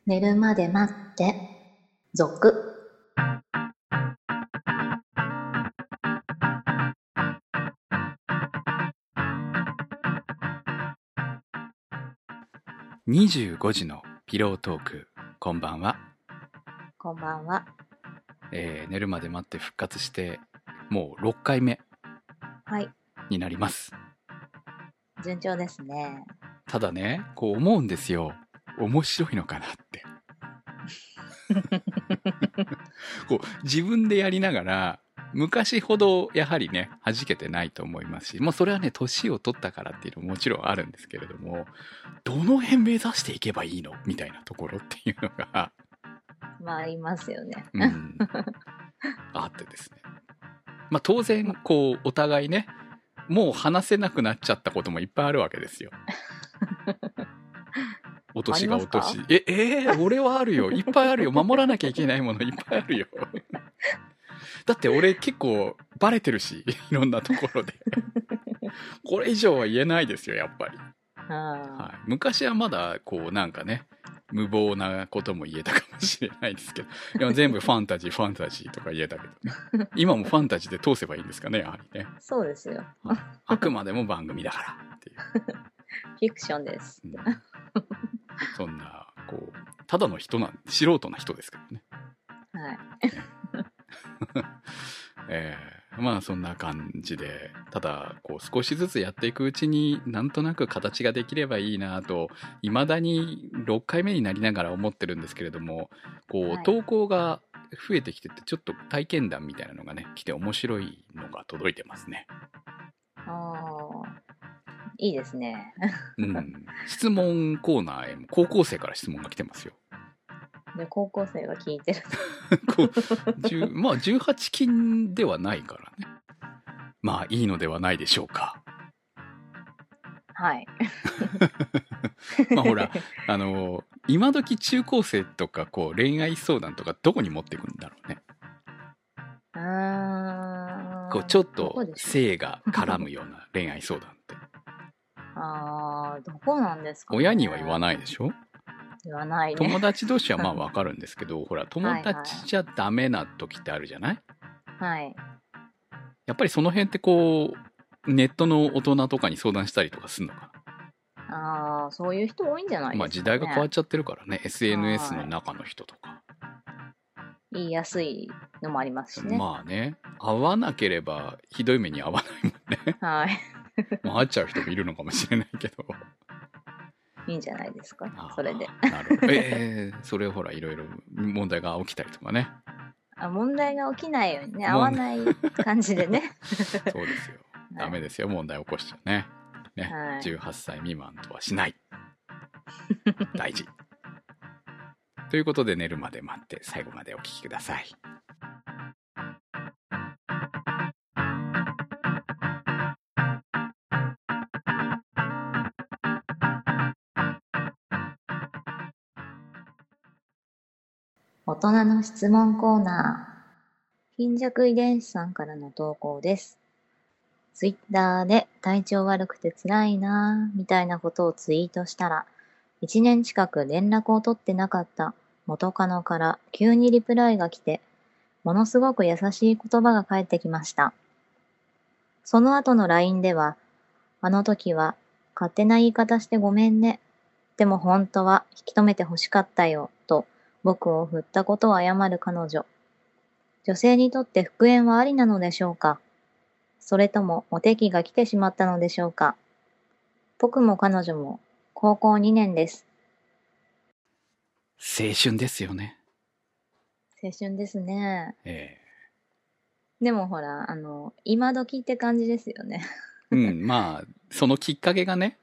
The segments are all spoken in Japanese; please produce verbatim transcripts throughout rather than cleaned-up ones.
寝るまで待って、続。 にじゅうごじのピロートーク、こんばんは。 こんばんは。 えー寝るまで待って復活してもうろっかいめはい。 になります。 順調ですね。 ただね、こう思うんですよ。面白いのかなってこう自分でやりながら、昔ほどやはりね弾けてないと思いますし、もうそれはね年を取ったからっていうのももちろんあるんですけれども、どの辺目指していけばいいのみたいなところっていうのがまあ、いますよね。 うん、あってですね。まあ当然こうお互いね、もう話せなくなっちゃったこともいっぱいあるわけですよ。お年がお年。え、えー、俺はあるよ。いっぱいあるよ。守らなきゃいけないものいっぱいあるよ。だって俺結構バレてるし、いろんなところで。これ以上は言えないですよ、やっぱり。はい、昔はまだこうなんかね、無謀なことも言えたかもしれないですけど、今全部ファンタジーファンタジーとか言えたけどね。今もファンタジーで通せばいいんですかね、やはりね。 そうですよ。 はい、あくまでも番組だからっていう。 フィクションです。 うん、そんなこうただの人なん、素人な人ですからね。 はい。 えー、まあそんな感じで、ただこう少しずつやっていくうちになんとなく形ができればいいなと、未だにろっかいめになりながら思ってるんですけれども、こう、はい、投稿が増えてきてて、ちょっと体験談みたいなのがね来て面白いのが届いてますね。 ああ、いいですね。 うん、質問コーナーへも高校生から質問が来てますよ。 で、高校生が聞いてるこうまあじゅうはち禁ではないからね、まあいいのではないでしょうか。 はいまあほら、あの今時中高生とかこう恋愛相談とかどこに持ってくるんだろうね。 あー、 こうちょっと性が絡むような恋愛相談ってあー、どこなんですかね。 親には言わないでしょ。 言わないね。 友達同士はまあわかるんですけどほら友達じゃダメな時ってあるじゃない。 はい。 やっぱりその辺ってこうネットの大人とかに相談したりとかするのかな。ああ、そういう人多いんじゃないですかね。 まあ時代が変わっちゃってるからね、 エスエヌエス の中の人とか言いやすいのもありますしね。 まあね、会わなければひどい目に遭わないもんね。 はいもう会っちゃう人もいるのかもしれないけどいいんじゃないですか、それで。 なるほど。えー、それほらいろいろ問題が起きたりとかね。 あ、問題が起きないようにね、合わない感じでね。 そうですよ。ダメですよ、問題起こしちゃね。ね、はい、じゅうはっさい未満とはしない。大事。ということで寝るまで待って最後までお聞きください。 大人の質問コーナー。貧弱遺伝子さんからの投稿です。ツイッターで体調悪くて辛いなぁみたいなことをツイートしたら、いちねん近く連絡を取ってなかった元カノから急にリプライが来て、ものすごく優しい言葉が返ってきました。その後の ライン では、あの時は勝手な言い方してごめんね。でも本当は引き止めて欲しかったよ、と僕を振ったことを謝る彼女。女性にとって復縁はありなのでしょうか？それともお手気が来てしまったのでしょうか？僕も彼女も高校にねんです。 青春ですよね。 青春ですね。 ええ。でもほら、あの、今時って感じですよね。 うん、まあ、そのきっかけがね。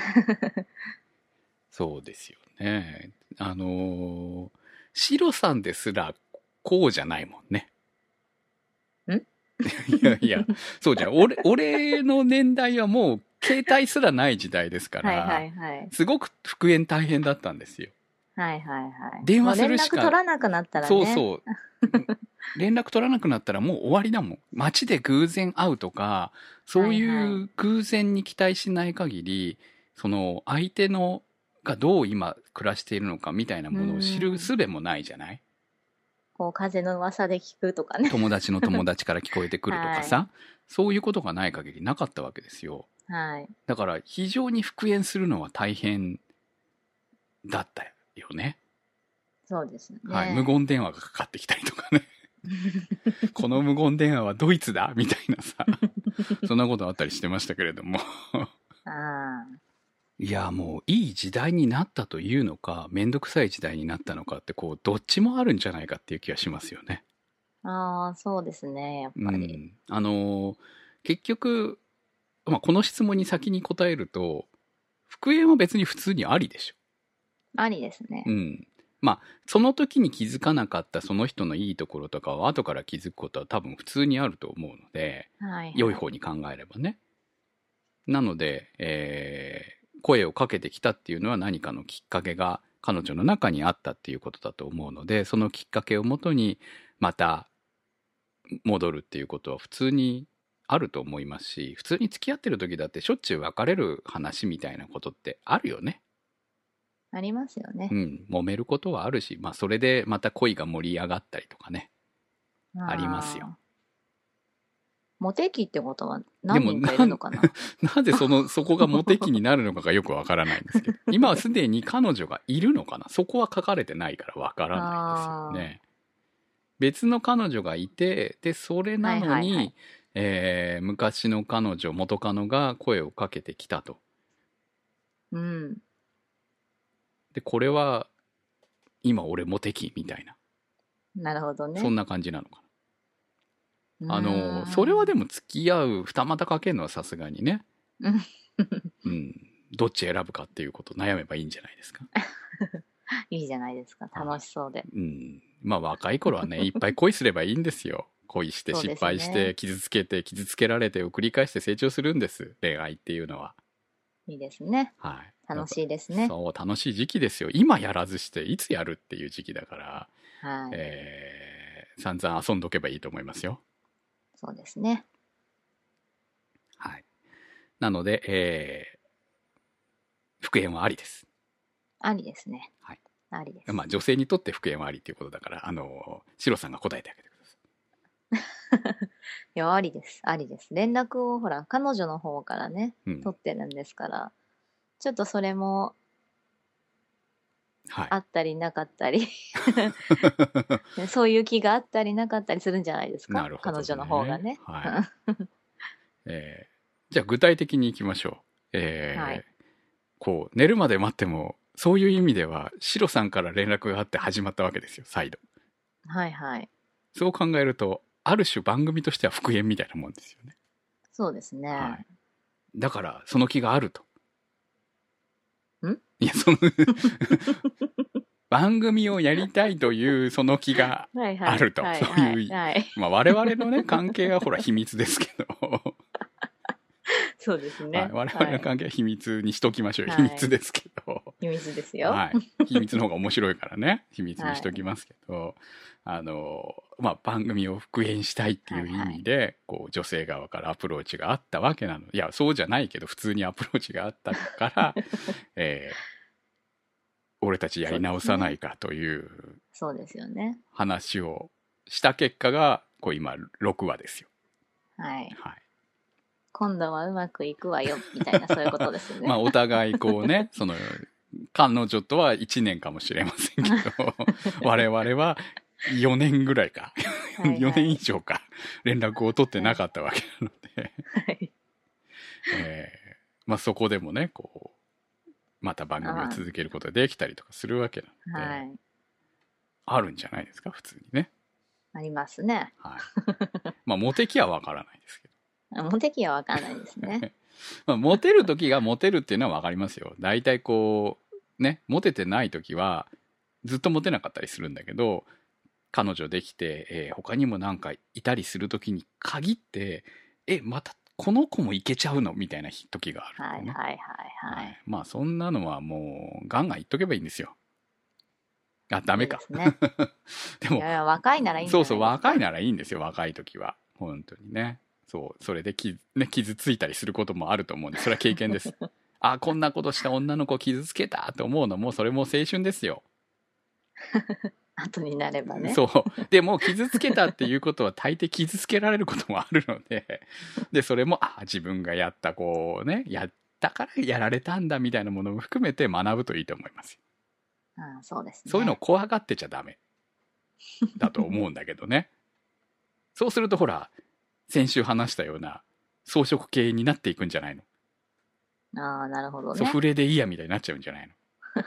そうですよね。あのー、シロさんですらこうじゃないもんね。 ん？ いやいや、そうじゃん。俺、俺の年代はもう携帯すらない時代ですから、はいはいはい、すごく復縁大変だったんですよ。 はいはいはい。 電話するしか。 連絡取らなくなったらね。 そうそう。連絡取らなくなったらもう終わりだもん。街で偶然会うとか、そういう偶然に期待しない限り、その相手のがどう今暮らしているのかみたいなものを知る術もないじゃない。 こう風の噂で聞くとかね。 友達の友達から聞こえてくるとかさ、はい、そういうことがない限りなかったわけですよ。 はい。 だから非常に復縁するのは大変だったよね。 そうですね。 はい。無言電話がかかってきたりとかね。この無言電話はドイツだみたいなさ、そんなことあったりしてましたけれども。 あいや、もういい時代になったというのか、めんどくさい時代になったのかって、こう、どっちもあるんじゃないかっていう気がしますよね。 ああ、そうですね、やっぱり。 うん、あの、結局、まあ、この質問に先に答えると、復縁は別に普通にありでしょ。 ありですね。 うん。まあ、その時に気づかなかったその人のいいところとかを後から気づくことは多分普通にあると思うので、 はいはい、 良い方に考えればね。なので、えー声をかけてきたっていうのは何かのきっかけが彼女の中にあったっていうことだと思うので、そのきっかけをもとにまた戻るっていうことは普通にあると思いますし、普通に付き合ってる時だってしょっちゅう別れる話みたいなことってあるよね。 ありますよね。 うん、揉めることはあるし、まあそれでまた恋が盛り上がったりとかね、あ, ありますよ。 モテ期ってことは何人かいるのかな。 なぜそのそこがモテ期になるのかがよくわからないんですけど、今はすでに彼女がいるのかな、そこは書かれてないからわからないですよね。別の彼女がいて、でそれなのに、はいはいはい、えー、昔の彼女元カノが声をかけてきたと。 うん。 でこれは今俺モテ期みたいな。 なるほどね。 そんな感じなのかな。あのそれはでも付き合う二股かけるのはさすがにね、うん、どっち選ぶかっていうこと悩めばいいんじゃないですか。 いいじゃないですか、楽しそうで。 うん、まあ若い頃はねいっぱい恋すればいいんですよ。恋して失敗して傷つけて傷つけられてを繰り返して成長するんです、恋愛っていうのは。 いいですね。 はい、 楽しいですね。 そう楽しい時期ですよ。今やらずしていつやるっていう時期だから、 はい、 えー、散々遊んどけばいいと思いますよ。 そうですね。 はい。なので、えー、復縁はありです。 ありですね。 はい。 ありです。 まあ女性にとって復縁はありっていうことだから、あのシロさんが答えてあげてください。 いや、ありです。ありです。連絡をほら彼女の方からね、うん、取ってるんですから、ちょっとそれも。はい、あったりなかったりそういう気があったりなかったりするんじゃないですか。なるほどね、彼女の方がね。はい。 えー、じゃあ具体的にいきましょう。えーはい、こう寝るまで待ってもそういう意味ではシロさんから連絡があって始まったわけですよ、再度。 はいはい。 そう考えるとある種番組としては復縁みたいなもんですよね。 そうですね。はい、 だからその気があると。 ん？ いやその番組をやりたいというその気があると、はいはい、そういう、はいはい、まあ我々のね関係はほら秘密ですけどそうですね、 はい、我々の関係は秘密にしときましょう、はい、秘密ですけど、 秘密ですよ、 はい、秘密の方が面白いからね秘密にしときますけど、はい、あのまあ番組を復縁したいっていう意味で、はいはい、こう女性側からアプローチがあったわけなの。いやそうじゃないけど普通にアプローチがあったから、えー俺たちやり直さないかというそうですよね話をした結果がこう今ろくわですよ。 はい、はい、 はい、 今度はうまくいくわよみたいなそういうことですよね。 まあお互いこうねその彼女とはいちねんかもしれませんけど我々はよねんぐらいかはい、はい、よねん以上か連絡を取ってなかったわけなので、はいえーまあ、そこでもねこうまた番組を続けることができたりとかするわけなので、はい、あるんじゃないですか普通にね。 ありますね。 はい。まあモテ期はわからないですけど。モテ期はわからないですね。 まあモテる時がモテるっていうのはわかりますよ。だいたいこうねモテてない時はずっとモテなかったりするんだけど、彼女できて、えー、他にもなんかいたりする時に限ってえまたこの子もいけちゃうのみたいな時があるんでね。 はいはいはいはい、はい、 まあそんなのはもうガンガン言っとけばいいんですよ。あダメか。 いいですね、でもいや若いならいいんじゃないですか。 そうそう若いならいいんですよ若い時は本当にね。そうそれでき、ね、傷ついたりすることもあると思うんでそれは経験です。 あ、こんなことした女の子傷つけたと思うのも、それも青春ですよ。 後になればね。 そう。でも傷つけたっていうことは大抵傷つけられることもあるので、で、それも、あ、自分がやった、こうね、やったからやられたんだみたいなものも含めて学ぶといいと思いますよ。 ああ、そうですね。 そういうのを怖がってちゃダメだと思うんだけどね。そうするとほら、先週話したような装飾系になっていくんじゃないの。 ああ、なるほどね。 ソフレでいいやみたいになっちゃうんじゃないの。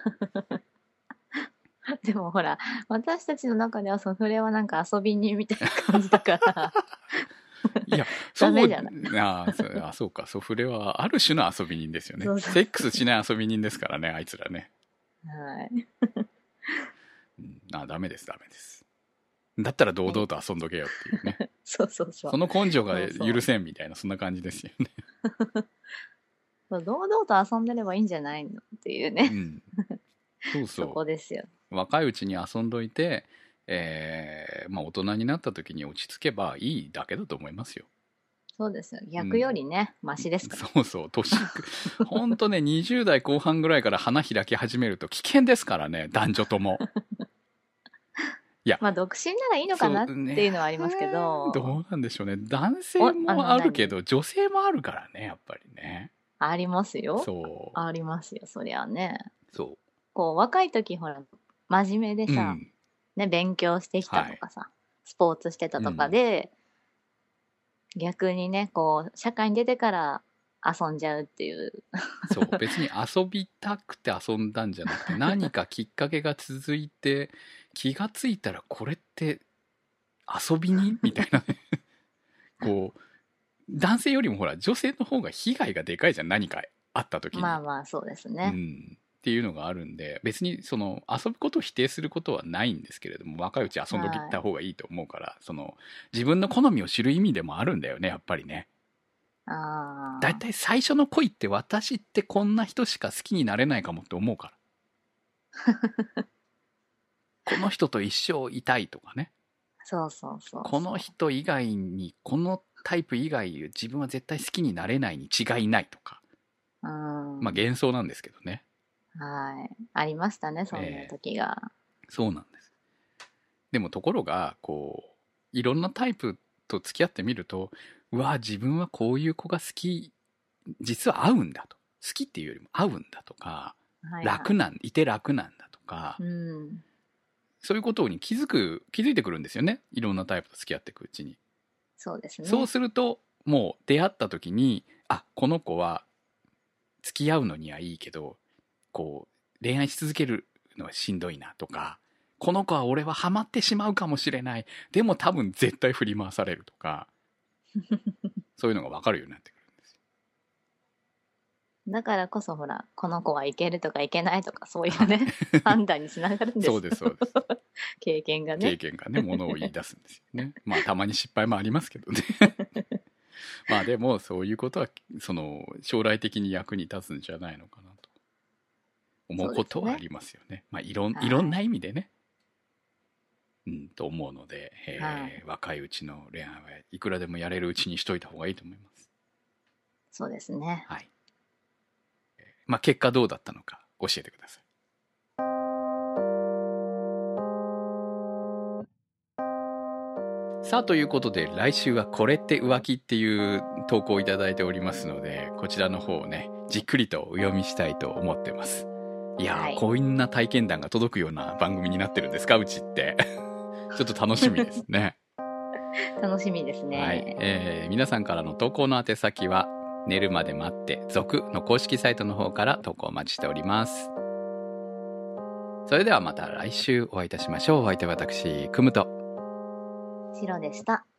でもほら、私たちの中ではソフレはなんか遊び人みたいな感じだからいや、 ダメじゃないそうあそうあそうか、ソフレはある種の遊び人ですよね。 そうそうセックスしない遊び人ですからね、あいつらね。 はい。 うん、あ、ダメです、ダメです。だったら堂々と遊んどけよっていうね。 そうそうそう。 その根性がそうそう許せんみたいな、そんな感じですよね。 そう堂々と遊んでればいいんじゃないのっていうね。 うん。そうそそこですよ。 う。若いうちに遊んどいて、えーまあ大人になった時に落ち着けばいいだけだと思いますよ。 そうですよ。逆よりね、マシですから。 そうそう、年ほんとね、にじゅう代後半ぐらいから花開き始めると危険ですからね、男女とも。いや、 まあ独身ならいいのかなっていうのはありますけど。 どうなんでしょうね。男性もあるけど、女性もあるからね、やっぱりね。 ありますよ。 そう。 ありますよ、そりゃね。 そう。 こう、若い時ほら、真面目でさ、 うん、 ね、勉強してきたとかさ、はい、スポーツしてたとかで、うん、逆にね、こう、社会に出てから遊んじゃうっていう。 そう、別に遊びたくて遊んだんじゃなくて、何かきっかけが続いて、気がついたらこれって遊びにみたいなね。こう、男性よりもほら、女性の方が被害がでかいじゃん、何かあった時に。 まあまあ、そうですね。 うん。っていうのがあるんで、別にその遊ぶことを否定することはないんですけれども、若いうち遊んどきった方がいいと思うから、はい、その自分の好みを知る意味でもあるんだよね、やっぱりね。 ああ。 だいたい最初の恋って私ってこんな人しか好きになれないかもって思うから。この人と一生いたいとかね。 そうそうそうそう。 この人以外に、このタイプ以外自分は絶対好きになれないに違いないとか。 うん。 まあ幻想なんですけどね。 はい。ありましたね、そういう時が。 えー、そうなんです。でもところが、こう、いろんなタイプと付き合ってみると、うわ、自分はこういう子が好き、実は合うんだと。好きっていうよりも合うんだとか、はいはい、楽なん、いて楽なんだとか、うん、そういうことに気づく、気づいてくるんですよね。いろんなタイプと付き合っていくうちに。 そうですね。 そうすると、もう出会った時に、あ、この子は付き合うのにはいいけど、こう、恋愛し続けるのはしんどいなとか、この子は俺はハマってしまうかもしれない。でも多分絶対振り回されるとか、そういうのが分かるようになってくるんですよ。 だからこそほら、この子はいけるとかいけないとか、そういうね、判断につながるんですよ。 そうです、そうです。 経験がね。 経験がね、ものを言い出すんですよね。まあ、たまに失敗もありますけどね。まあ、でも、そういうことは、その、将来的に役に立つんじゃないのかなと思うことはありますよね。まあ、いろん、いろんな意味でね。うん、と思うので、えーはい、若いうちの恋愛はいくらでもやれるうちにしといた方がいいと思います。 そうですね。 はい。まあ、結果どうだったのか教えてください。さあ、ということで、来週はこれって浮気っていう投稿をいただいておりますので、こちらの方をね、じっくりとお読みしたいと思ってます。いやー、はい、こんな体験談が届くような番組になってるんですか、うちって。ちょっと楽しみですね。 楽しみですね。 はい、えー。皆さんからの投稿の宛先は、寝るまで待って、続の公式サイトの方から投稿お待ちしております。それではまた来週お会いいたしましょう。お相手は私、くむと。 シロでした。